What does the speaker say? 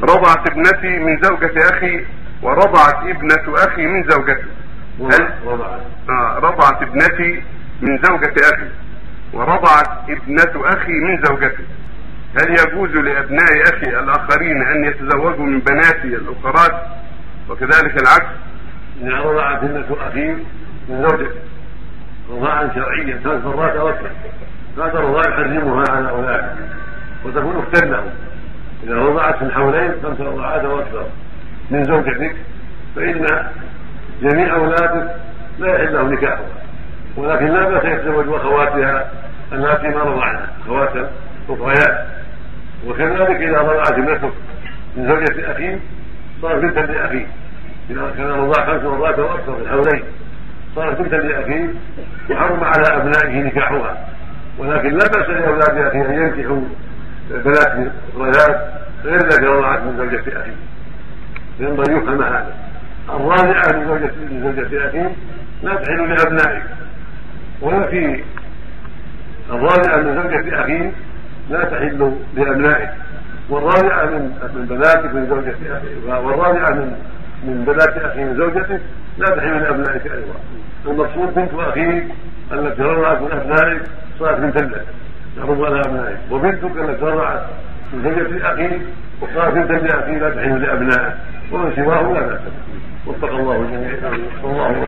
رضعت ابنتي من زوجة اخي ورضعت ابنة اخي من زوجتي. رضعت ابنتي من زوجة اخي ورضعت ابنة اخي من زوجتي، هل يجوز لابناء اخي الاخرين ان يتزوجوا من بناتي الاخرات وكذلك العكس؟ نعم، رضعت ابنة اخي من زوجته رضاعا شرعيا 3 مرات او اكثر، هذا الرضاع يحرمها على اولادها وتكون اختر لهم. اذا رضعت من حولين 5 رضاعات او اكثر من زوجتك فان جميع اولادك لا يحل له نكاحها، ولكن لا باس يتزوج اخواتها اللاتي ما رضعنا، اخواتها اخريات. وكذلك اذا رضعت ابنتك من زوجة اخيه صارت بنتا لاخيه، اذا كان رضاع 5 مرات او اكثر في الحولين صارت بنتا لاخيه وحرم على ابنائه نكاحها. ولكن لا باس لاولاد اخيه ان ينكحوا بنات اخريات غير التي رضعت من زوجة اخيه، ينبغي يفهم هذا. الراجعة من زوجة اخيه لا تحل لابنائك، ولكن الراجعة من زوجة اخيه لا تحل لابنائك، والراجعة من بناتك من زوجة اخيه، والراجعة من بنات اخيه من زوجتك لا تحل لابنائك ايضا. المقصود بنت اخيك التي رضعت من ابنائك صارت بنتا لك تحرم على ابنائك، وبنتك التي رضعت من زوجة اخيك وصارت بنتا لاخيه لا تحل لابنائك، ومن سواه لا باس. وفق الله الجميع.